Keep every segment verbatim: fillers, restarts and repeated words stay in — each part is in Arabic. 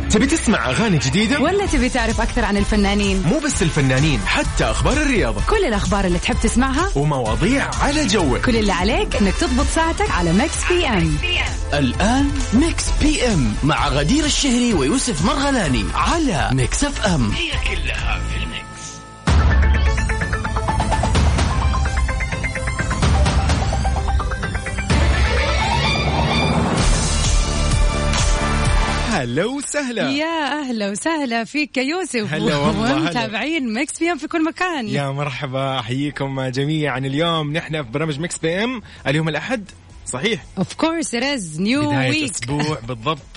تبي تسمع أغاني جديدة ولا تبي تعرف أكثر عن الفنانين؟ مو بس الفنانين، حتى أخبار الرياضة، كل الأخبار اللي تحب تسمعها ومواضيع على جوك. كل اللي عليك إنك تضبط ساعتك على ميكس بي ام. الآن ميكس بي ام مع غدير الشهري ويوسف مرغلاني على ميكس اف ام. هي كلها في الميكس. هلا وسهلا. يا أهلا وسهلا فيك يا يوسف. هلا والله. ومتابعين ميكس بي ام في كل مكان. يا مرحبا، أحييكم جميعا. اليوم نحن في برنامج ميكس بي ام اليوم الأحد، صحيح؟ Of course it is new بداية week. أسبوع بالضبط،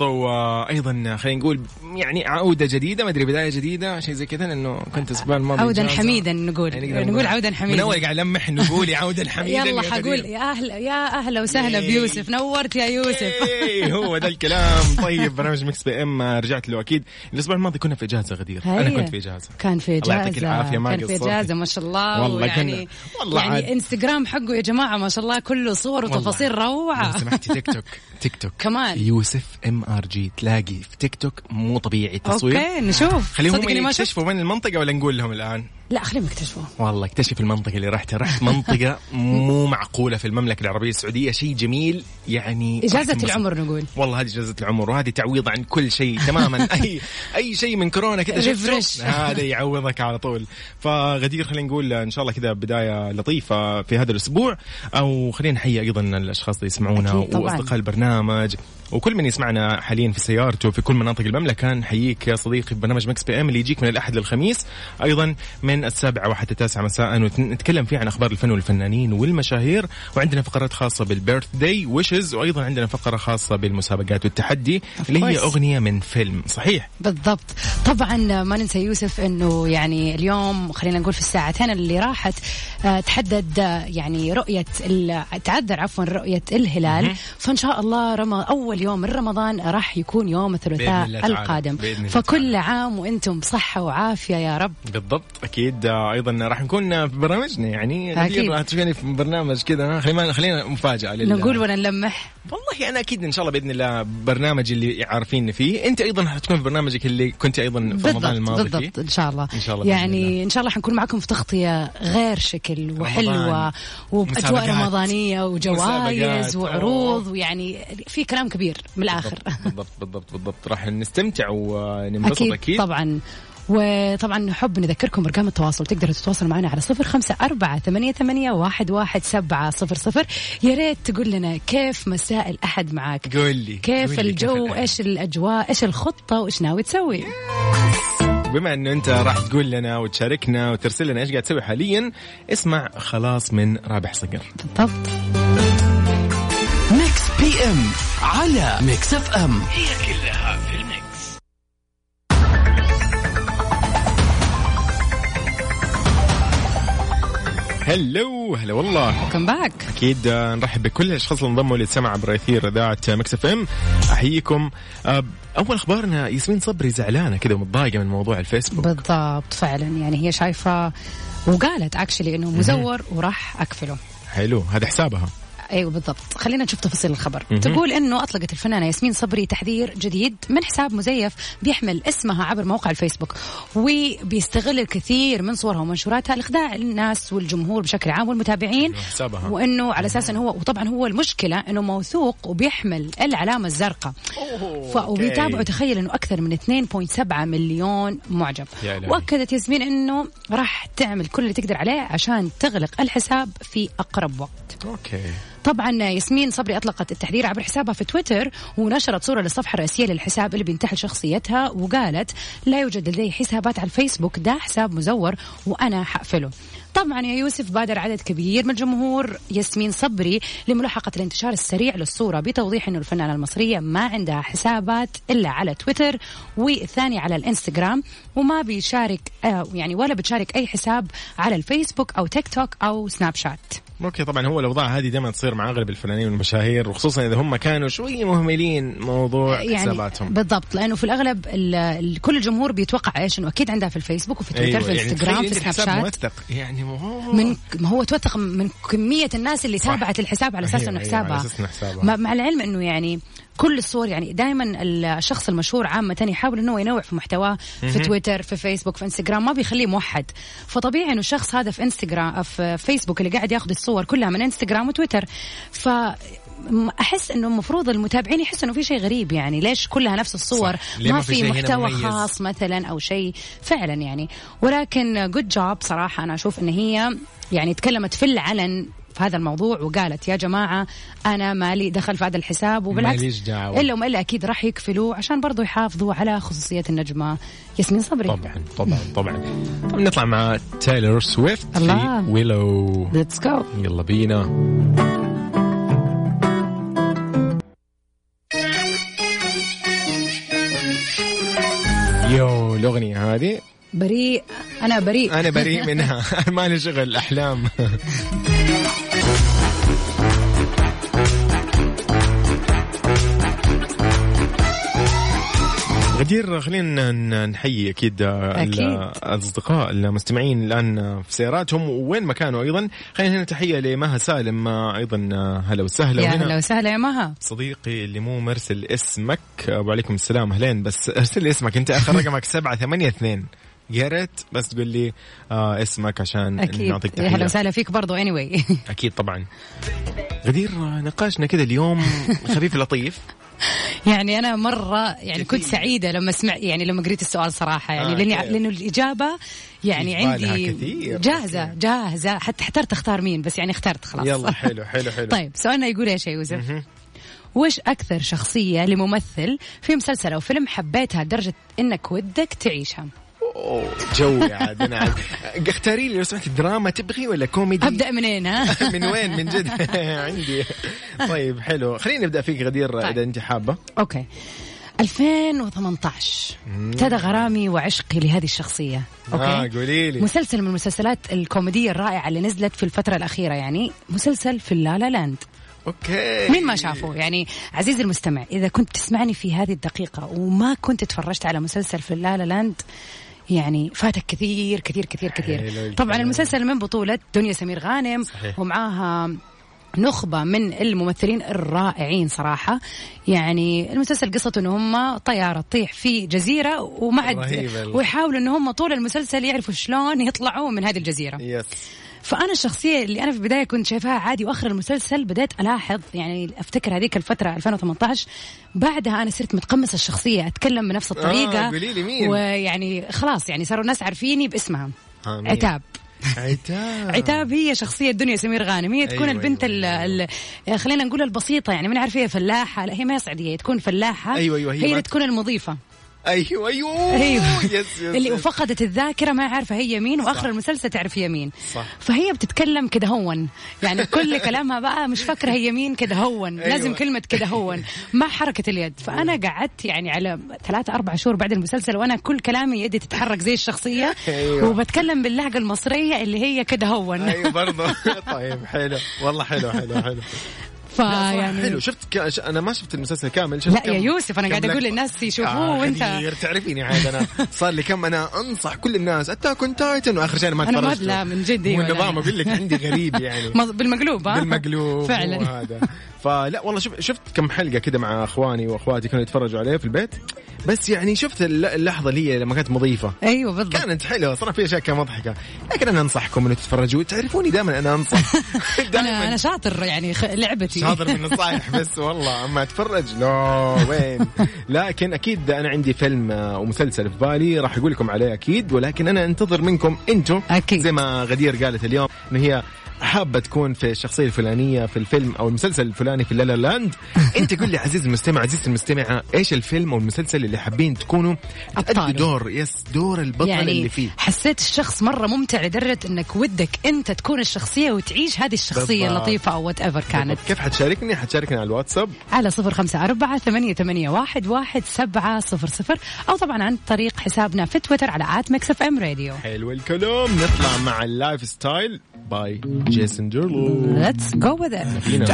وأيضا خلينا نقول يعني عودة جديدة، ما أدري بداية جديدة شيء زي كذا، لأنه كنت الأسبوع الماضي عودا حميدا نقول يعني نقول عودا حميدا. من أول قاعد لمح نقول عودا حميدا. يلا حقول يا أهلا يا أهلا وسهلا بيوسف. نورت يا يوسف. هو ده الكلام. طيب برنامج ميكس بي ام رجعت له أكيد. الأسبوع الماضي كنا في إجازة غدير. أنا كنت في إجازة. كان في إجازة. الله يعطيك العافية. ما كان في إجازة ما شاء الله. والله يعني والله يعني عاد. انستغرام حقه يا جماعة ما شاء الله كله صور وتفاصيل روعة. سمعتي تيك توك تيك توك كمان يوسف ام ار جي، تلاقي في تيك توك مو طبيعي التصوير. اوكي نشوف. خليهم يكتشفوا من المنطقة ولا نقول لهم الآن؟ لا خليهم يكتشفوا. والله اكتشف المنطقة اللي رحتها. رحت منطقة مو معقولة في المملكة العربية السعودية، شيء جميل يعني. إجازة العمر نقول. والله هذه إجازة العمر، وهذه تعويض عن كل شيء تماما. أي أي شيء من كورونا كذا ريفرش، هذا يعوضك على طول. فغدير خلينا نقول إن شاء الله كذا بداية لطيفة في هذا الأسبوع، أو خلينا نحيي أيضا الأشخاص اللي يسمعونا وأصدقاء البرنامج وكل من يسمعنا حاليا في سيارته في كل مناطق المملكة. نحييك يا صديقي في برنامج ميكس بي ام اللي يجيك من الأحد للخميس، أيضا من السابعة وحتى التاسعة مساء، ونتكلم فيه عن أخبار الفن والفنانين والمشاهير، وعندنا فقرات خاصة بالبيرث داي ويشز، وأيضا عندنا فقرة خاصة بالمسابقات والتحدي اللي هي أغنية من فيلم. صحيح بالضبط. طبعا ما ننسى يوسف أنه يعني اليوم خلينا نقول في الساعتين اللي راحت تحدد يعني رؤية تعذر عفوا رؤية الهلال. فإن شاء الله رم أول يوم من رمضان راح يكون يوم الثلاثاء القادم. فكل عام وانتم بصحة وعافية يا رب. بالضبط أكيد. أيضا راح نكون في برنامجنا يعني أكيد راح تشوفني في برنامج كذا. خلينا خلينا مفاجأة لله. نقول ولا نلمح. والله أنا أكيد إن شاء الله بإذن الله برنامج اللي عارفين فيه. أنت أيضا هتكون في برنامجك اللي كنت أيضا في رمضان الماضي بالضبط فيه. إن شاء الله. إن شاء الله يعني إن شاء الله حنكون معكم في تغطية غير شكل وحلوة وبأجواء رمضانية وجوائز وعروض، ويعني في كلام كبير من الآخر. بالضبط بالضبط بالضبط. راح نستمتع وننبسط أكيد, أكيد طبعا. وطبعا نحب نذكركم برقم التواصل، تقدروا تتواصلوا معنا على صفر خمسة أربعة ثمانية ثمانية واحد واحد سبعة صفر صفر. يا ريت تقول لنا كيف مساء الأحد معك، قول لي كيف قول الجو، كيف إيش الأجواء، إيش الخطة، وإيش ناوي تسوي. بما أنه أنت راح تقول لنا وتشاركنا وترسل لنا إيش قاعد تسوي حاليا، اسمع خلاص من رابح صقر. بالضبط. ميكس بي ام على ميكس اف ام، هي كلها في الميكس. هلو هلا والله. كم باك. اكيد نرحب بكل الاشخاص اللي انضموا للسمع عبر اثير اذاعه ميكس اف ام. احييكم. اول اخبارنا ياسمين صبري زعلانه كذا ومتضايقه من موضوع الفيسبوك. بالضبط فعلا، يعني هي شايفه وقالت اكشلي انه مزور وراح اكفله. حلو، هذا حسابها. ايوه بالضبط. خلينا نشوف تفاصيل الخبر. م-م. تقول انه اطلقت الفنانه ياسمين صبري تحذير جديد من حساب مزيف بيحمل اسمها عبر موقع الفيسبوك، وبيستغل الكثير من صورها ومنشوراتها لاخداع الناس والجمهور بشكل عام والمتابعين، وانه على اساس انه هو، وطبعا هو المشكله انه موثوق وبيحمل العلامه الزرقاء، وبيتابعوا تخيل انه اكثر من اثنين فاصلة سبعة مليون معجب. واكدت ياسمين انه راح تعمل كل اللي تقدر عليه عشان تغلق الحساب في اقرب وقت. اوكي. طبعا ياسمين صبري أطلقت التحذير عبر حسابها في تويتر، ونشرت صورة للصفحة الرئيسية للحساب اللي بينتحل شخصيتها، وقالت لا يوجد لدي حسابات على الفيسبوك، ده حساب مزور وأنا حقفله. طبعا يا يوسف بادر عدد كبير من جمهور ياسمين صبري لملاحقة الانتشار السريع للصورة، بتوضيح أنه الفنانة المصرية ما عندها حسابات إلا على تويتر والثاني على الانستغرام، وما بيشارك يعني ولا بتشارك أي حساب على الفيسبوك أو تيك توك أو سناب شات. اوكي. طبعا هو الاوضاع هذه دائما تصير مع اغلب الفنانين والمشاهير، وخصوصا اذا هم كانوا شوي مهملين موضوع يعني حساباتهم. بالضبط، لانه في الاغلب كل الجمهور بيتوقع ايش، انه اكيد عندها في الفيسبوك وفي تويتر. أيوة. في انستغرام يعني في سناب شات موثق. يعني مو من ما هو توثق من كميه الناس اللي تابعت الحساب على اساس انه حسابها. أيوة. مع العلم انه يعني كل الصور يعني دائما الشخص المشهور عامة يحاول انه ينوع في محتواه في تويتر في فيسبوك في انستغرام، ما بيخليه موحد. فطبيعي انه الشخص هذا في انستغرام في فيسبوك اللي قاعد ياخذ الصور كلها من انستغرام وتويتر، ف أحس إنه المفروض المتابعين يحسوا إنه في شيء غريب، يعني ليش كلها نفس الصور، ما في محتوى خاص مثلا أو شيء فعلا يعني. ولكن good job صراحة، أنا أشوف إن هي يعني تكلمت في العلن في هذا الموضوع وقالت يا جماعة أنا مالي دخل في هذا الحساب، وبالعكس إلا وما إلا أكيد راح يكفلوا عشان برضو يحافظوا على خصوصية النجمة ياسمين صبري. طبعا طبعا طبعا. طب نطلع مع تايلور سويفت في ويلو. Let's go. يلا بينا. يو الأغنية هذه بريء، أنا بريء أنا بريء منها ما لي شغل أحلام. غدير خلينا نحيي أكيد, أكيد. الأصدقاء المستمعين الآن في سياراتهم وين ما كانوا. أيضا خلينا هنا تحية لمها سالم أيضا, هلا وسهلا. يا هلا وسهلا يا مها صديقي اللي مو مرسل اسمك. وعليكم السلام أهلين, بس ارسل لي اسمك أنت, آخر رقمك سبعة ثمانية اثنين. يا ريت بس تقول لي آه اسمك عشان نعطيك تحية. أهلا وسهلا فيك برضو anyway. أكيد طبعا. غدير نقاشنا كذا اليوم خفيف لطيف. يعني أنا مرة يعني كنت سعيدة لما سمع يعني لما قريت السؤال صراحة يعني آه لأني لأنه الإجابة يعني عندي جاهزة جاهزة حتى احترت أختار مين, بس يعني اخترت خلاص. يلا حلو حلو حلو. طيب سؤالنا يقول إيش يا يوسف؟ وش أكثر شخصية لممثل في مسلسل أو فيلم حبيتها لدرجة إنك ودك تعيشها؟ أوه جوي عاد. أنا عاد اختاري لي لو سمحت, دراما تبغي ولا كوميدي؟ أبدأ منين ها؟ من وين من جد عندي. طيب حلو, خلينا نبدأ فيك غدير. طيب. إذا أنت حابة. أوكي. ألفين وثمانية عشر ابتدى غرامي وعشقي لهذه الشخصية. أوكي. آه قولي لي. مسلسل من المسلسلات الكوميدية الرائعة اللي نزلت في الفترة الأخيرة, يعني مسلسل في لا لا لاند. أوكي. مين ما شافه يعني عزيزي المستمع, إذا كنت تسمعني في هذه الدقيقة وما كنت تفرجت على مسلسل في لا لا لاند يعني فاتك كثير كثير كثير كثير. طبعا المسلسل من بطولة دنيا سمير غانم, صحيح. ومعاها نخبة من الممثلين الرائعين صراحة. يعني المسلسل قصته إن هم طيارة تطيح في جزيرة ومعد ويحاولوا إن هم طول المسلسل يعرفوا شلون يطلعوا من هذه الجزيرة. يس. فأنا الشخصية اللي أنا في البداية كنت شايفاها عادي, وآخر المسلسل بدأت ألاحظ يعني أفتكر هذيك الفترة ألفين وثمانية عشر, بعدها أنا صرت متقمصة الشخصية, أتكلم بنفس الطريقة. آه مين؟ ويعني خلاص يعني صاروا الناس عارفيني باسمها. آه عتاب. عتاب. عتاب هي شخصية دنيا سمير غانم, هي تكون أيوة البنت أيوة ال ال خلينا نقول البسيطة, يعني من عارف هي فلاحة, لا هي ما صعيدية, تكون فلاحة. أيوة أيوة هي, هي تكون المضيفة. أيوة أيوة, أيوة. يس يس اللي وفقدت الذاكرة ما عارفة هي مين, وآخر المسلسل تعرف هي مين. صح. فهي بتتكلم كده هون, يعني كل كلامها بقى مش فاكرة هي مين كده هون. أيوة. لازم كلمة كده هون مع حركة اليد. فأنا قعدت يعني على ثلاثة أربع شهور بعد المسلسل وأنا كل كلامي يدي تتحرك زي الشخصية. أيوة. وبتكلم باللهجة المصرية اللي هي كده هون. أيوة برضه. طيب حلو والله, حلو حلو حلو. فيعني حلو. شفت ك... انا ما شفت المسلسل كامل. شفت لا كم... يا يوسف انا قاعد اقول للناس يشوفوه. آه وانت تعرفيني عاد انا صار لي كم انا انصح كل الناس اتاك كنت تايتن, واخر شيء ما تفرجت. انا لا من جد والنظام اقول لك عندي غريب يعني بالمقلوب. ها بالمقلوب فعلا. وهذا فلا والله شوف شفت كم حلقه كده مع اخواني واخواتي كانوا يتفرجوا عليه في البيت, بس يعني شفت اللحظه اللي هي لما كانت مضيفه. ايوه بالضبط, كانت حلوه صراحه, في اشياء كانت مضحكه. لكن انا انصحكم انكم تتفرجوا, تعرفوني دائما انا انصح. انا انا شاطر يعني خ... لعبتي شاطر من النصائح بس والله, اما اتفرج لا وين. لكن اكيد انا عندي فيلم ومسلسل في بالي راح اقول لكم عليه اكيد, ولكن انا انتظر منكم انتم زي ما غدير قالت اليوم ان هي حابة تكون في الشخصية الفلانية في الفيلم أو المسلسل الفلاني في لا لا لاند. أنت قل لي عزيز المستمع عزيز المستمعة إيش الفيلم أو المسلسل اللي حابين تكونوا تأدوا دور يس دور البطل يعني اللي فيه. حسيت الشخص مرة ممتع لدرجة أنك ودك أنت تكون الشخصية وتعيش هذه الشخصية اللطيفة أو وات ايفر كانت. بالضبط. كيف حتشاركني؟ حتشاركني على الواتساب على صفر خمسة أربعة ثمانية ثمانية واحد واحد سبعة صفر صفر, أو طبعا عن طريق حسابنا في تويتر على آت ميكس اف ام راديو. حلو الكلام. نطلع مع اللايف ستايل باي جيسون ديرلو. Let's go with it.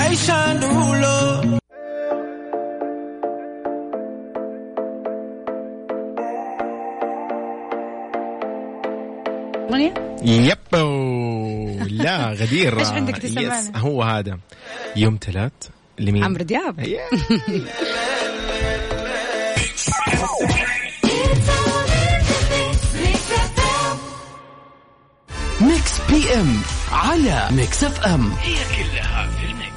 يب لا غدير. ايش عندك تسمعنا؟ هو هذا يوم ثلاث لمين؟ عمرو دياب. ميكس بي ام على ميكس اف ام. هي كلها في الميكس.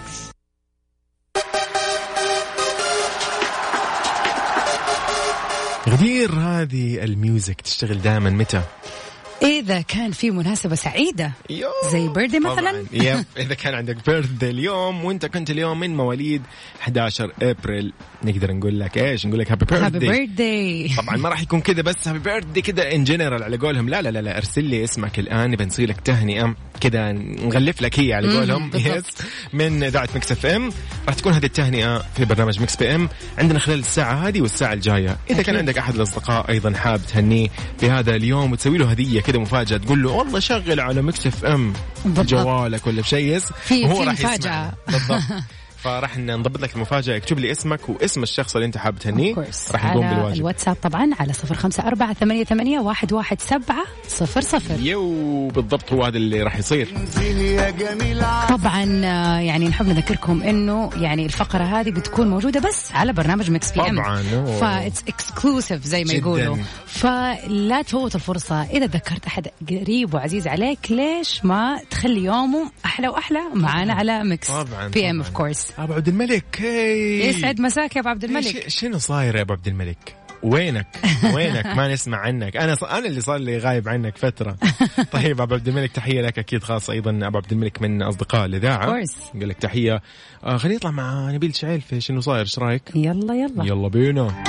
غدير، هذه الميوزك تشتغل دائما متى؟ إذا كان في مناسبة سعيدة زي بيرثدي مثلا. يب إذا كان عندك بيرثدي اليوم وأنت كنت اليوم من مواليد أحد عشر أبريل، نقدر نقول لك إيش؟ نقول لك هابي بيرثدي. هابي بيرثدي. طبعا ما راح يكون كذا بس هابي بيرثدي كذا إن جنرال على قولهم، لا لا لا لا، أرسل لي اسمك الآن بنسوي لك تهنئة كذا، نغلف لك هي على قولهم يس من إذاعة ميكس اف ام. راح تكون هذه التهنئة في برنامج ميكس بي ام عندنا خلال الساعة هذه والساعة الجاية. إذا كان عندك أحد الأصدقاء أيضا حاب تهنيه في هذا اليوم وتسوي له هدية كذا مفاجأة، تقول له والله شغل على ميكس اف ام جوالك ولا بشيء، وهو راح يسمع بالضبط. فراح نضبط لك المفاجأة، اكتب لي اسمك واسم الشخص اللي انت حاب تهنيه، راح نقوم بالواجب. الواتساب طبعا على صفر خمسة أربعة ثمانية ثمانية واحد واحد سبعة صفر صفر. يو بالضبط، هو هذا اللي راح يصير. طبعا يعني نحب نذكركم انه يعني الفقرة هذه بتكون موجودة بس على برنامج ميكس بي ام طبعا، فايتس اكسكلوسيف زي ما يقولوا، فلا تفوت الفرصة. اذا ذكرت احد قريب وعزيز عليك ليش ما تخلي يومه احلى واحلى معنا على ميكس بي ام اوف كورس. ابو عبد الملك، هي يسعد مساك يا ابو عبد الملك. شنو صاير يا ابو عبد الملك؟ وينك وينك ما نسمع عنك؟ انا ص... انا اللي صار لي غايب عنك فتره. طيب ابو عبد الملك، تحيه لك اكيد خاصه. ايضا ابو عبد الملك من اصدقاء الاذاعه، قال لك تحيه. آه خلينا نطلع مع نبيل شعيل في شنو صاير، ايش رايك؟ يلا يلا يلا بينا.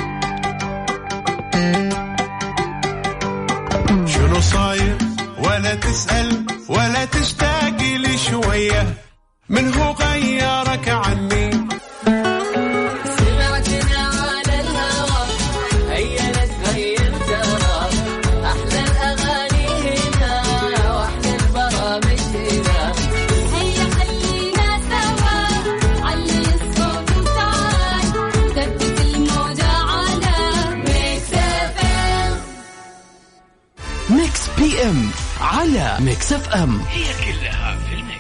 شنو صاير ولا تسأل ولا تشتاقي لي شويه، من هو غيرك عني؟ سمعتنا على الهوى هيا نتغير سوا، أحلى الأغاني هنا وأحلى البرامج هنا، هيا خلينا سوا علي الصوت وتعال ثبت الموجة على ميكس اف ام. ميكس بي ام على ميكس اف ام. هي كلها في الميكس.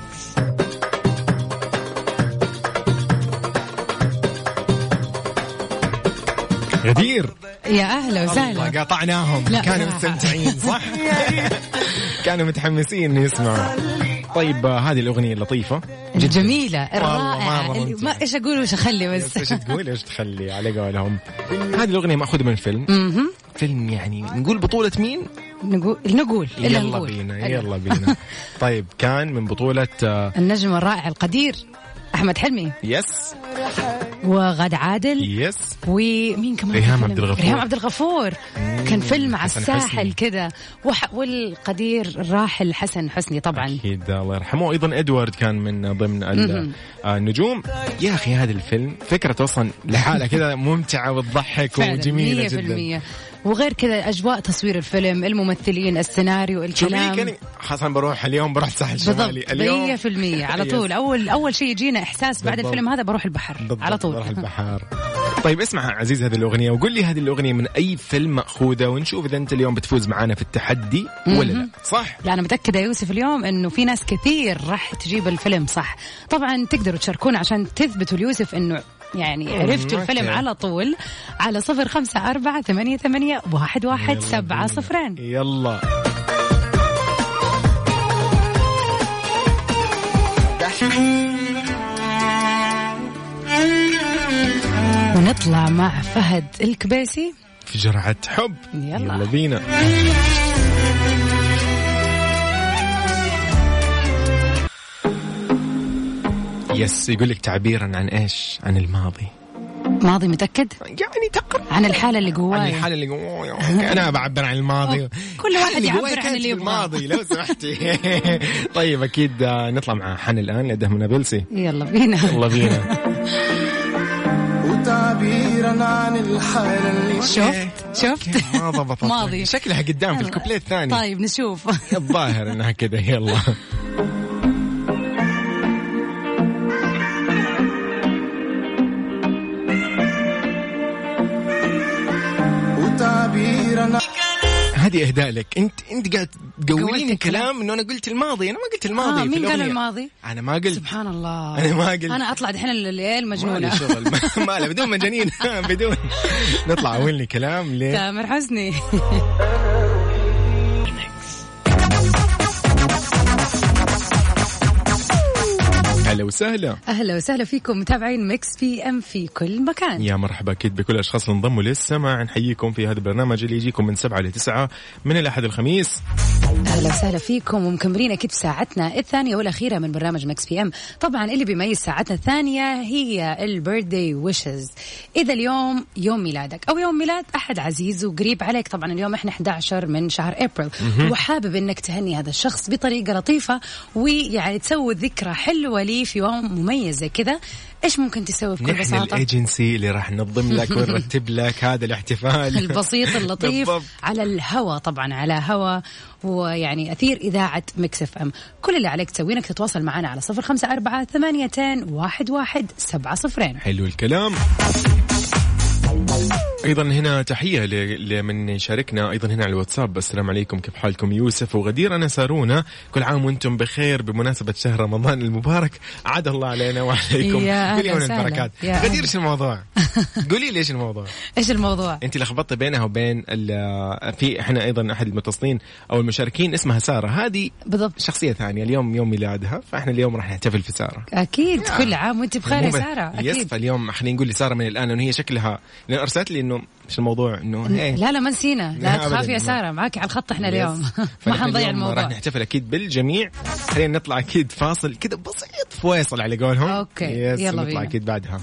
غدير، يا أهلا وسهلا. قاطعناهم، كانوا مستمتعين صح؟ كانوا متحمسين يسمعوا. طيب هذه الأغنية اللطيفة الجميلة الرائعة، ما إيش أقول وش أخلي بس إيش تقول إيش تخلي على قولهم. هذه الأغنية مأخوذة من فيلم فيلم يعني نقول بطولة مين؟ نقول نقول يلا نقول. بينا يلا بينا. طيب كان من بطولة النجم الرائع القدير أحمد حلمي، يس، وغادة عادل، يس، ومين كمان؟ ريهام عبد الغفور. ريهام عبد الغفور كان فيلم على الساحل كده، وح... والقدير الراحل حسن حسني طبعا أكيد الله يرحمه. أيضا إدوارد كان من ضمن النجوم. يا أخي هذا الفيلم فكرة أصلا لحالة كده ممتعة وتضحك وجميلة جدا، وغير كذا أجواء تصوير الفيلم، الممثلين، السيناريو، الكلام. شوفي خاصة بروح اليوم بروح الساحل الشمالي اليوم مية في المية على طول. أول أول شيء يجينا إحساس بعد بالضبط. الفيلم هذا بروح البحر بالضبط. على طول بروح البحر. طيب اسمع عزيز هذه الأغنية وقول لي هذه الأغنية من أي فيلم مأخوذة، ونشوف إذا أنت اليوم بتفوز معنا في التحدي ولا لا. صح؟ لا أنا متأكدة يا يوسف اليوم إنه في ناس كثير راح تجيب الفيلم صح. طبعا تقدروا تشاركونا عشان تثبتوا ليوسف إنه يعني عرفتوا الفيلم على طول على صفر خمسة أربعة ثمانية ثمانية واحد واحد سبعة صفرين. يلا ونطلع مع فهد الكبيسي في جرعة حب. يلا, يلا بينا. يس يقول لك تعبيرا عن ايش؟ عن الماضي. ماضي متأكد؟ يعني تقرأ عن الحالة اللي جواي. عن الحالة اللي جواي. أنا بعبر عن الماضي. كل واحد يعبر عن اللي يبغاه. الماضي لو سمحتي. طيب أكيد نطلع مع حن الآن لده من بلسي. يلا بينا. يلا بينا. وتعبيرا عن الحالة اللي شفت شفت ما ضبطت ماضي شكلها قدام في الكوبليه الثاني. طيب نشوف. الظاهر إنها كده. يلا هذه إهداء لك. أنت أنت قاعد تقولين الكلام إنه أنا قلت الماضي. أنا ما قلت الماضي. آه مين قال الماضي؟ أنا ما قلت. سبحان الله. أنا ما قلت. أنا أطلع دحين الليل مجنونة. شغل ما لا بدون مجانين. بدون نطلع أولني كلام ليه؟ تامر حسني. هلا وسهلا. أهلا وسهلا فيكم متابعين ميكس بي ام في كل مكان. يا مرحبا أكيد بكل الأشخاص اللي انضموا للسماع. نحييكم في هذا البرنامج اللي يجيكم من سبعة لتسعة من الأحد الخميس. أهلا وسهلا فيكم ومكملين أكيد في ساعتنا الثانية والأخيرة من برنامج ميكس بي ام. طبعا اللي بيميز ساعتنا الثانية هي البيرثدي ويشز. إذا اليوم يوم ميلادك أو يوم ميلاد أحد عزيز وقريب عليك، طبعا اليوم إحنا أحد عشر من شهر أبريل، وحابب إنك تهني هذا الشخص بطريقة لطيفة ويعني تسوي ذكرى حلوة لي في يوم مميز زي كذا، إيش ممكن تسوي بكل بساطة؟ نحن الإيجنسي اللي راح ننظم لك ونرتب لك هذا الاحتفال البسيط اللطيف على الهوا، طبعا على هوا ويعني أثير إذاعة ميكس اف ام. كل اللي عليك تسويه إنك تتواصل معنا على صفر خمسة أربعة ثمانية واحد واحد سبعة صفرين. حلو الكلام. أيضا هنا تحية لمن يشاركنا أيضا هنا على الواتساب. السلام عليكم، كيف حالكم يوسف وغدير؟ أنا سارونا، كل عام وأنتم بخير بمناسبة شهر رمضان المبارك، عاد الله علينا وعليكم مليون البركات. غدير إيش الموضوع؟ قولي لي إيش الموضوع؟ إيش الموضوع؟ أنت لخبطت بينها وبين في إحنا أيضا أحد المتصلين أو المشاركين اسمها سارة، هذه بالضبط شخصية ثانية. اليوم يوم ميلادها، فإحنا اليوم راح نحتفل في سارة. أكيد كل عام وأنت بخير يا سارة. أكيد. يس، فاليوم خلينا نقول لسارة من الآن، إنه هي شكلها لأن أرسلت لي إنه إيش الموضوع، إنه إيه؟ لا لا ما نسينا، لا تخافي يا سارة، معك على الخط إحنا اليوم ما حنضيع الموضوع. راح نحتفل أكيد بالجميع. خلينا نطلع أكيد فاصل كده بسيط فويصل على قولهم. أوكي يلا نطلع بينا. أكيد بعدها.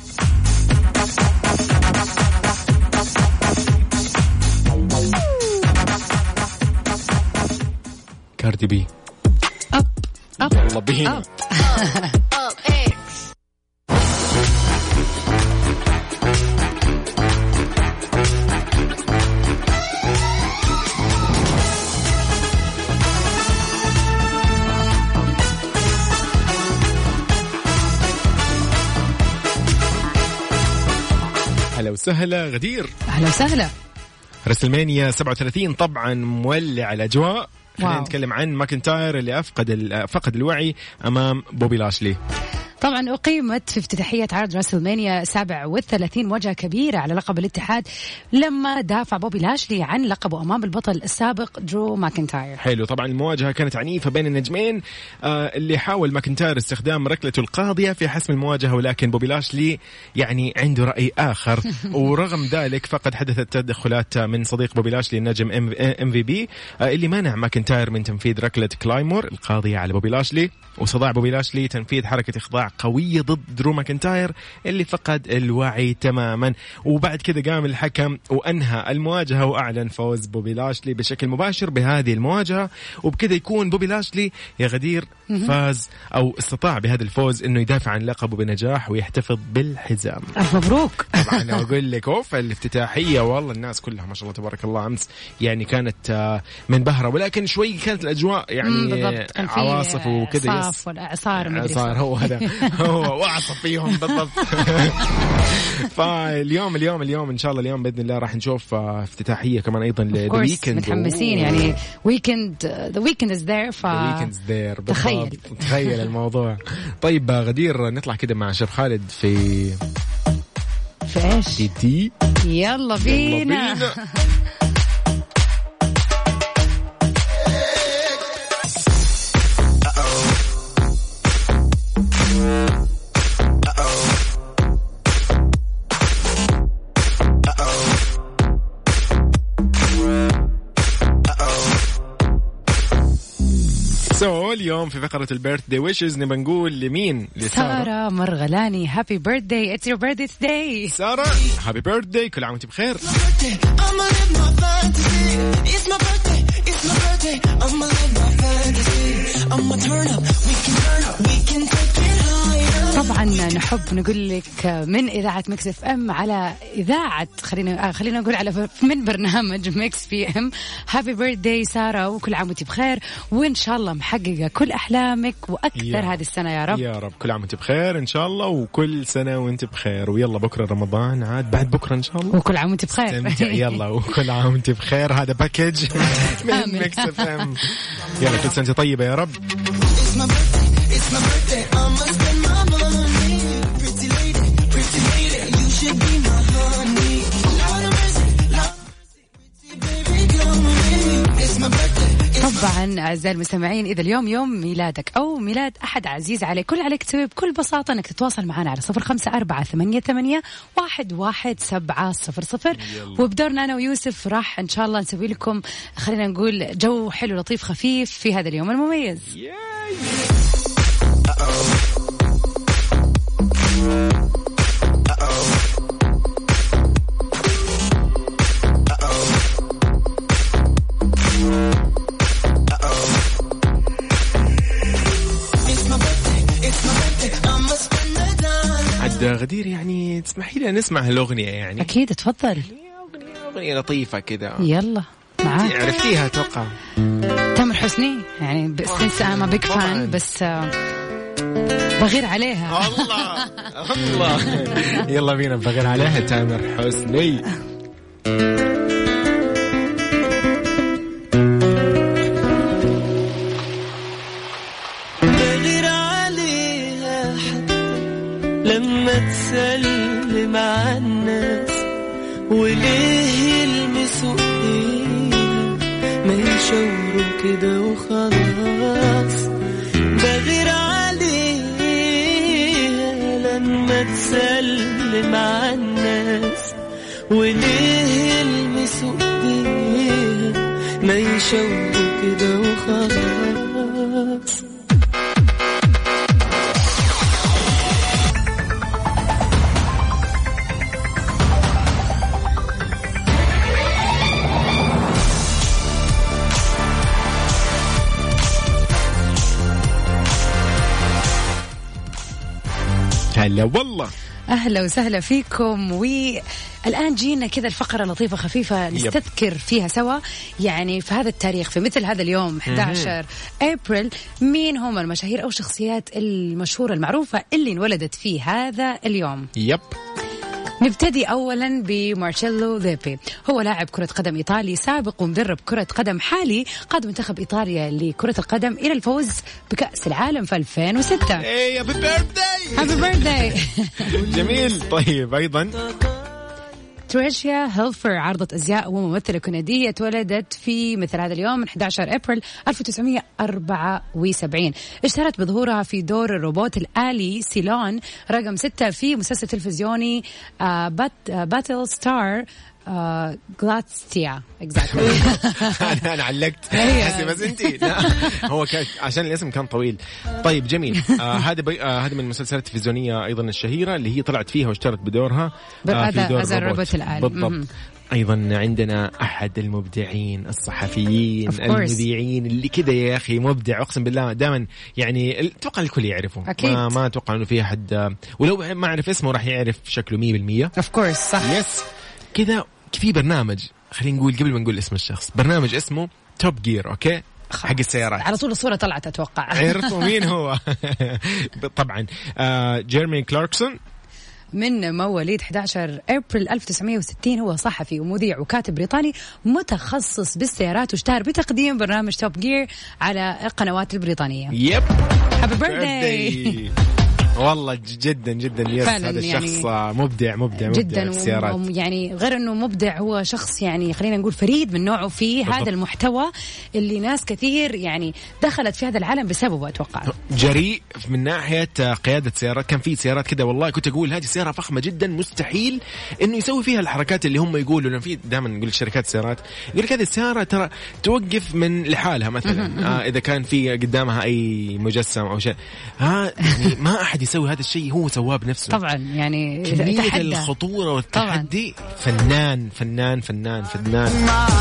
كاردي بي أب أب يلا بينا. أهلا وسهلا غدير. أهلا وسهلا. رسلمانيا سبعة وثلاثين طبعا مولع الأجواء. خلينا نتكلم عن ماكنتاير اللي أفقد فقد الوعي أمام بوبي لاشلي. طبعا أقيمت في افتتاحية عرض راسلمانيا سبعة وثلاثين مواجهة كبيرة على لقب الاتحاد لما دافع بوبي لاشلي عن لقبه أمام البطل السابق درو ماكنتاير. حلو. طبعا المواجهة كانت عنيفة بين النجمين آه اللي حاول ماكنتاير استخدام ركلته القاضية في حسم المواجهة، ولكن بوبي لاشلي يعني عنده رأي آخر. ورغم ذلك فقد حدثت تدخلات من صديق بوبي لاشلي النجم ام في بي آه اللي منع ماكنتاير من تنفيذ ركلة كلايمور القاضية على بوبي لاشلي، وصدع بوبي لاشلي تنفيذ حركة إخضاع قوية ضد درو ماكنتاير اللي فقد الوعي تماما. وبعد كده قام الحكم وأنهى المواجهة وأعلن فوز بوبي لاشلي بشكل مباشر بهذه المواجهة، وبكده يكون بوبي لاشلي يا غدير فاز أو استطاع بهذا الفوز إنه يدافع عن لقبه بنجاح ويحتفظ بالحزام. ألف مبروك. طبعا أقول لك أوف الافتتاحية والله الناس كلها ما شاء الله تبارك الله أمس يعني كانت منبهرة، ولكن شوي كانت الأجواء يعني عواصف وكذا. صاف والإعصار إعصار هو هذا هو وعصف فيهم بالضبط. فاليوم اليوم اليوم إن شاء الله اليوم بإذن الله راح نشوف افتتاحية كمان أيضا للويكند. متحمسين يعني ويكند the weekend is there. ف تخيل تخيل الموضوع. طيب غدير نطلع كده مع شيف خالد في في إيش تي تي. يلا بينا, يلا بينا. سو اليوم في فقرة البيرث داي ويشز نبى نقول لمين؟ لسارة سارة مرغلاني. هابي بيرث داي. اتس يور بيرث داي توداي سارة. هابي بيرث داي، كل عام وانت بخير. طبعا نحب نقول لك من إذاعة ميكس اف ام على إذاعة خلينا خلينا نقول على من برنامج ميكس بي ام هابي بيرث داي سارة، وكل عام وانت بخير، وإن شاء الله محققة كل أحلامك وأكثر هذه السنة يا رب. يا رب كل عام وانت بخير إن شاء الله، وكل سنة وانت بخير. ويلا بكرة رمضان عاد بعد بكرة إن شاء الله، وكل عام وانت بخير. يلا وكل عام وانت بخير. هذا باكج من ميكس اف ام. يلا كل سنة طيبة يا رب. طبعا أعزائي المستمعين إذا اليوم يوم ميلادك أو ميلاد أحد عزيز عليك كل عليك تسوي بكل بساطة أنك تتواصل معنا على صفر خمسة أربعة ثمانية ثمانية واحد واحد سبعة صفر صفر. وبدورنا أنا ويوسف راح إن شاء الله نسوي لكم خلينا نقول جو حلو لطيف خفيف في هذا اليوم المميز. عد غدير يعني تسمحي لي نسمع هالأغنية يعني؟ أكيد تفضل. أغنية أغنية لطيفة كذا. يلا معاك. عرفتيها أتوقع. تامر حسني يعني بس أنا بيج فان بس بغير عليها. الله الله. يلا بينا بغير عليها تامر حسني. لما تسلم على الناس وليه يلمسوا ايديها ما يشاوروا كده وخلاص بغير عليها لما تسلم على الناس وليه يلمسوا ايديها ما يشاوروا كده وخلاص. هلا والله أهلا وسهلا فيكم. والآن جينا كذا الفقرة لطيفة خفيفة نستذكر فيها سوا يعني في هذا التاريخ في مثل هذا اليوم أحد عشر أبريل مين هم المشاهير أو شخصيات المشهورة المعروفة اللي انولدت في هذا اليوم. يب نبتدي أولا بمارشيلو ليبي. هو لاعب كرة قدم إيطالي سابق ومدرب كرة قدم حالي. قاد منتخب إيطاليا لكرة القدم إلى الفوز بكأس العالم في ألفين وستة. إيه هابي بيرثداي هابي بيرثداي. جميل. طيب أيضا تريشيا هيلفر عارضة أزياء وممثلة كندية تولدت في مثل هذا اليوم من أحد عشر أبريل ألف وتسعمائة وأربعة وسبعين. اشتهرت بظهورها في دور الروبوت الآلي سيلون رقم ستة في مسلسل تلفزيوني بات باتل ستار غلاتستيا. اكزاكتلي. انا انا علقت حسي بس انتي لا هو كان عشان الاسم كان طويل. طيب جميل. هذا هذا من المسلسلات التلفزيونيه ايضا الشهيره اللي هي طلعت فيها واشتهرت بدورها في دور الروبوت الآلي. بالضبط. ايضا عندنا احد المبدعين الصحفيين المذيعين اللي كده يا اخي مبدع اقسم بالله دائما يعني اتوقع الكل يعرفه. أكيد. ما ما اتوقع انه في احد ولو ما عرف اسمه راح يعرف شكله مية بالمية. اوف كورس صح. يس كذا في برنامج خلينا نقول قبل ما نقول اسم الشخص برنامج اسمه توب جير اوكي حق السيارات. على طول الصورة طلعت أتوقع. عرفوا مين هو؟ طبعا آه جيرمي كلاركسون من مواليد أحد عشر أبريل ألف وتسعمائة وستين. هو صحفي ومذيع وكاتب بريطاني متخصص بالسيارات واشتهر بتقديم برنامج توب جير على القنوات البريطانية. يب هابي بيرثداي. والله جدا جدا يس هذا الشخص يعني مبدع مبدع جدا مبدع السيارات. يعني غير انه مبدع هو شخص يعني خلينا نقول فريد من نوعه في بالضبط. هذا المحتوى اللي ناس كثير يعني دخلت في هذا العالم بسببه اتوقع. جريء من ناحيه قياده سيارات. كان في سيارات كده والله كنت اقول هذه سياره فخمه جدا مستحيل انه يسوي فيها الحركات اللي هم يقولوا. لأن في دائما نقول شركات السيارات يقول لك هذه السياره ترى توقف من لحالها مثلا آه اذا كان في قدامها اي مجسم او شيء ها يعني ما احد يسوي هذا الشيء هو سواه بنفسه. طبعا يعني كمية الخطورة والتحدي. فنان فنان فنان فنان.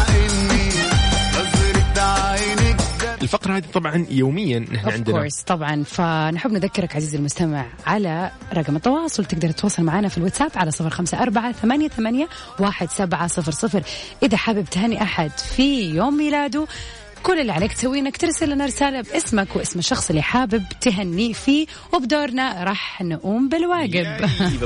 الفقرة هذه طبعا يوميا نحن عندنا طبعا. فنحب نذكرك عزيزي المستمع على رقم التواصل تقدر تتواصل معنا في الواتساب على صفر خمسة أربعة ثمانية ثمانية واحد سبعة صفر صفر. إذا حابب تهني أحد في يوم ميلاده كل اللي عليك تسويه انك ترسل لنا رسالة باسمك واسم الشخص اللي حابب تهنيه فيه وبدورنا راح نقوم بالواجب.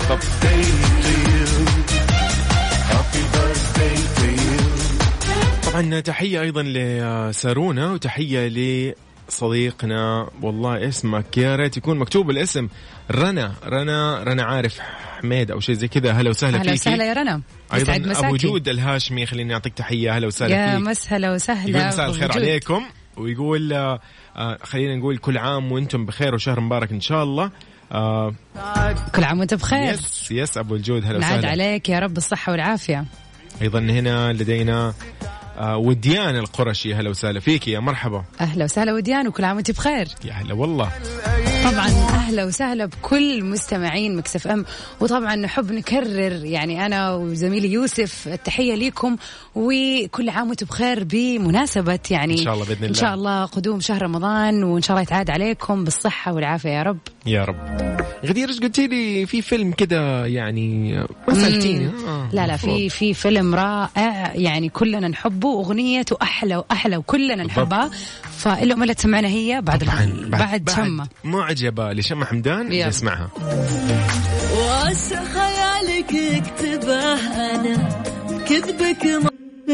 طبعا تحية أيضا لسارونا وتحية لصديقنا والله اسمك يا ريت يكون مكتوب الاسم رنا رنا رنا عارف حميد أو شيء زي كذا. هلا وسهلا فيك. هلا وسهلا يا رنا. أيضا أبو جود الهاشمي خليني أعطيك تحية. هلا وسهلا يا فيك. مسهلا وسهلا. مساء الخير عليكم. ويقول آه آه خلينا نقول كل عام وانتم بخير وشهر مبارك ان شاء الله. آه كل عام وانت بخير. يس يس ابو الجود هلا وسهلا. وسهلا عليك يا رب الصحة والعافية. ايضا هنا لدينا آه وديان القرشي، هلا وسهلا فيك يا مرحبا. اهلا وسهلا وديان وكل عام وانت بخير. يا هلا والله. طبعا اهلا وسهلا بكل مستمعين مكس اف ام، وطبعا نحب نكرر يعني انا وزميلي يوسف التحيه لكم وكل عام وانتم بخير بمناسبه يعني ان شاء الله باذن الله ان شاء الله قدوم شهر رمضان، وان شاء الله يتعاد عليكم بالصحه والعافيه يا رب يا رب. غدير ايش قلتي لي في فيلم كده يعني ما سالتيني؟ آه لا لا في في فيلم رائع يعني كلنا نحبه، اغنيته احلى واحلى وكلنا نحبها، فاللي أملت سمعنا هي بعد بعد, بعد شمة معجبة لشمة حمدان نسمعها. واسع خيالك اكتبه أنا كذبك م...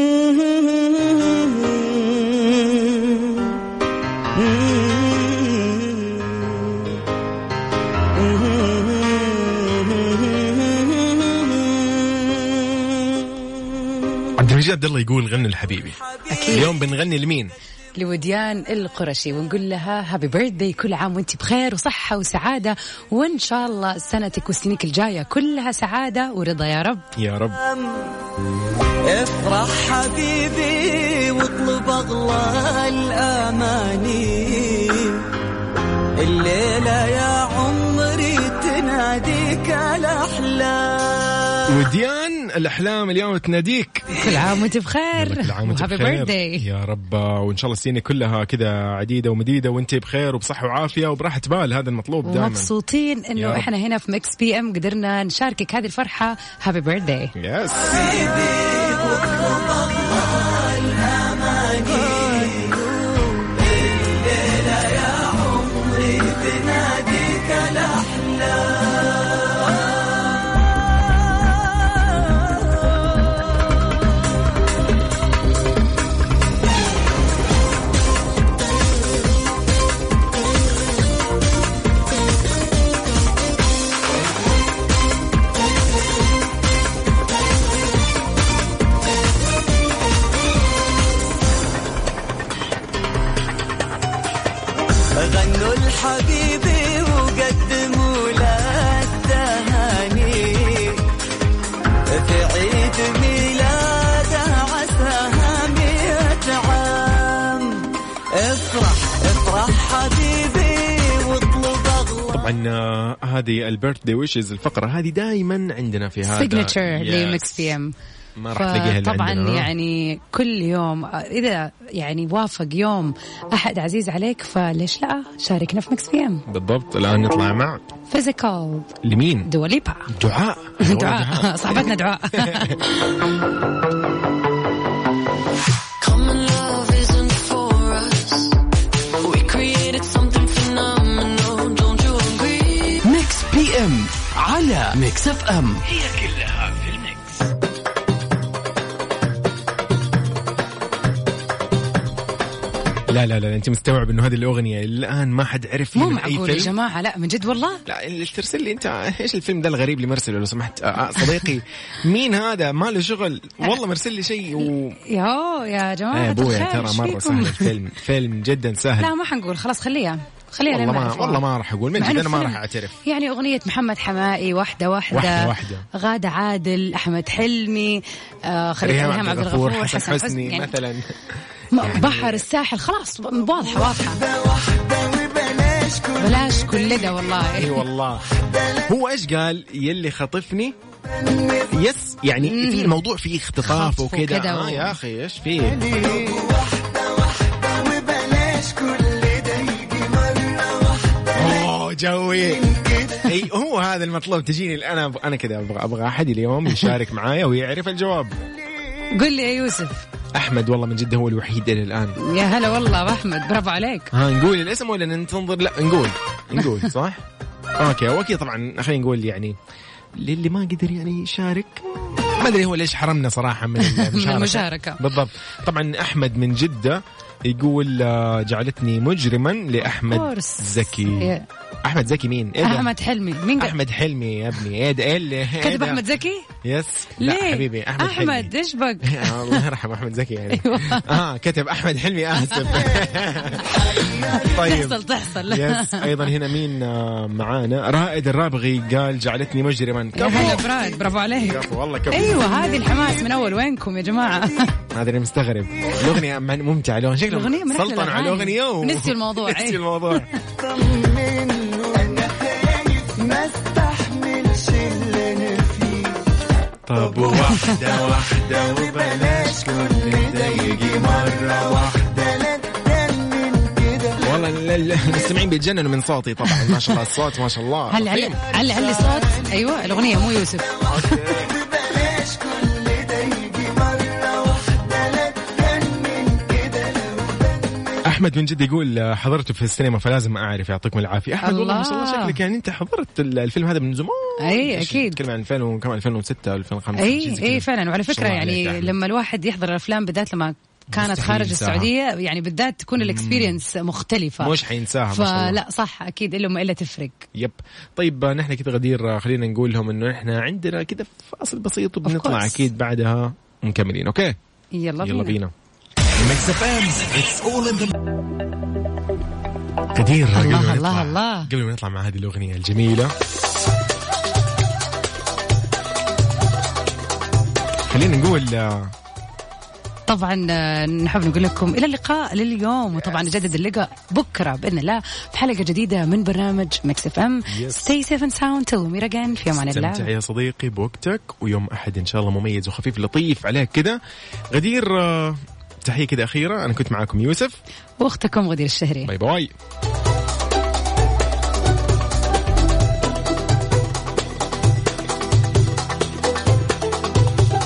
عبد المجيد عبد الله يقول غني لحبيبي. أكيد. اليوم بنغني لمين؟ لوديان القرشي، ونقول لها هابي بيرثدي، كل عام وانت بخير وصحة وسعادة، وإن شاء الله سنتك وسنيك الجاية كلها سعادة ورضا يا رب يا رب. افرح حبيبي واطلب أغلى الأماني، الليلة يا عمري تناديك الأحلام. وديان الأحلام اليوم تناديك كل عام وانت بخير وهابي بيرثدي يا رب، وإن شاء الله السنة كلها كذا عديدة ومديدة وانت بخير وبصحة وعافية وبراحة بال، هذا المطلوب دائما. ومبسوطين إنه إحنا هنا في ميكس بي إم قدرنا نشاركك هذه الفرحة. هابي بيرثدي. يس. غنوا الحبيبي وقدموا له التهاني في عيد ميلاده عساها مئة عام. افرح افرح حبيبي واطلب أغلى. طبعا آه هذه البيرثدي ويشز الفقرة هذه دائما عندنا في هذا سيجنتشر لميكس بي ام، ما راح تلاقيها طبعا عندنا. يعني كل يوم إذا يعني وافق يوم أحد عزيز عليك فليش لا شاركنا في ميكس بي ام. بالضبط. الآن نطلع مع فيزيكال لمين؟ دواليبا. دعاء. دعاء صاحبتنا دعاء. ميكس بي ام على ميكس اف ام، هي كلها في الميكس. لا لا لا انت مستوعب انه هذه الاغنيه الان ما حد عرف مو من اي معقول يا فيلم؟ جماعه لا من جد والله. لا اللي ترسل لي انت ايش الفيلم ده الغريب اللي مرسله لو سمحت آه صديقي مين هذا ما له شغل والله مرسل لي شيء و... يا يا جماعه يا ابويا ترى مره سهل الفيلم، فيلم جدا سهل. لا ما حنقول خلاص خليها خليها والله ما والله ما راح اقول من جد انا ما راح اعترف. يعني اغنيه محمد حمائي واحده واحده, واحدة, واحدة. غادة عادل، احمد حلمي، آه ريهام عبد الغفور، حسن, حسن حسني, حسني يعني مثلا يعني بحر الساحل خلاص واضحه واضحه. بلاش كل ده والله. اي والله. هو ايش قال؟ يلي خطفني يس يعني مم. في الموضوع فيه اختطاف وكذا آه يا اخي ايش فيه؟ اوه جوي. اي هو هذا المطلوب. تجيني انا انا كذا ابغى ابغى احد اليوم يشارك معايا ويعرف الجواب. قل لي يا يوسف. احمد والله من جد هو الوحيد الى الان. يا هلا والله احمد برافو عليك. ها نقول الاسم ولا ننتظر؟ لا نقول نقول صح. اوكي اوكي طبعا خلينا نقول يعني للي ما قدر يعني يشارك ما ادري هو ليش حرمنا صراحه من المشاركه. المشاركه بالضبط. طبعا احمد من جده يقول جعلتني مجرما لاحمد زكي. احمد زكي مين؟ إيه احمد حلمي. مين احمد حلمي يا ابني؟ ايه ده؟ ايه كتب احمد زكي يس ليه؟ لا حبيبي أحمد, أحمد إيش بك؟ الله يرحمه أحمد زكي يعني. آه كتب أحمد حلمي آسف. طيب تحصل تحصل. يس أيضا هنا مين معانا؟ رائد الرابغي قال جعلتني مجرما. يا هلا براد برافو عليك. كفو والله كفو. أيوة هذه الحماس من أول وينكم يا جماعة؟ هذا اللي مستغرب. الأغنية ممتعة لون شكلهم سلطنوا على الأغنية ونسي الموضوع. نسي الموضوع. طب واحدة واحدة وبلاش كل دقيقة مرة واحدة لا تجنن كده. والله المستمعين بيتجننوا من صوتي طبعا ما شاء الله الصوت ما شاء الله. هل علي علي علي صوت. أيوة الأغنية مو يوسف. بلاش كل دقيقة مرة واحدة لا تجنن كده. أحمد من جد يقول حضرته في السينما فلازم أعرف يعطيكم العافية. أحمد والله ما شاء الله شكلك يعني أنت حضرت الفيلم هذا من زمان. أي أكيد. كلمة عن ألفين وكم ألفين وستة ألفين وخمسة. أي أي فعلا. وعلى فكرة يعني لما الواحد يحضر الأفلام بالذات لما كانت خارج السعودية يعني بالذات تكون الإكسبيرينس مختلفة مش حينساها. فلا صح أكيد إلا ما إلا تفرق. يب. طيب نحن كده غدير خلينا نقول لهم إنه إحنا عندنا كده فاصل بسيط وبنطلع أكيد بعدها مكملين. أوكي يلا يلا بينا. غدير الله الله الله. قبل ما نطلع مع هذه الأغنية الجميلة خلينا نقول طبعا نحب نقول لكم إلى اللقاء لليوم. وطبعا نجدد اللقاء بكرة بإذن الله في حلقة جديدة من برنامج ميكس اف ام. Stay safe and sound till we meet again. في أمان الله. استمتع يا صديقي بوقتك ويوم أحد إن شاء الله مميز وخفيف لطيف عليك كده. غدير تحية كده أخيرة. أنا كنت معاكم يوسف وأختكم غدير الشهري. باي باي.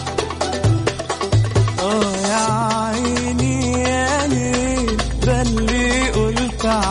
يا عيني يا ليل بل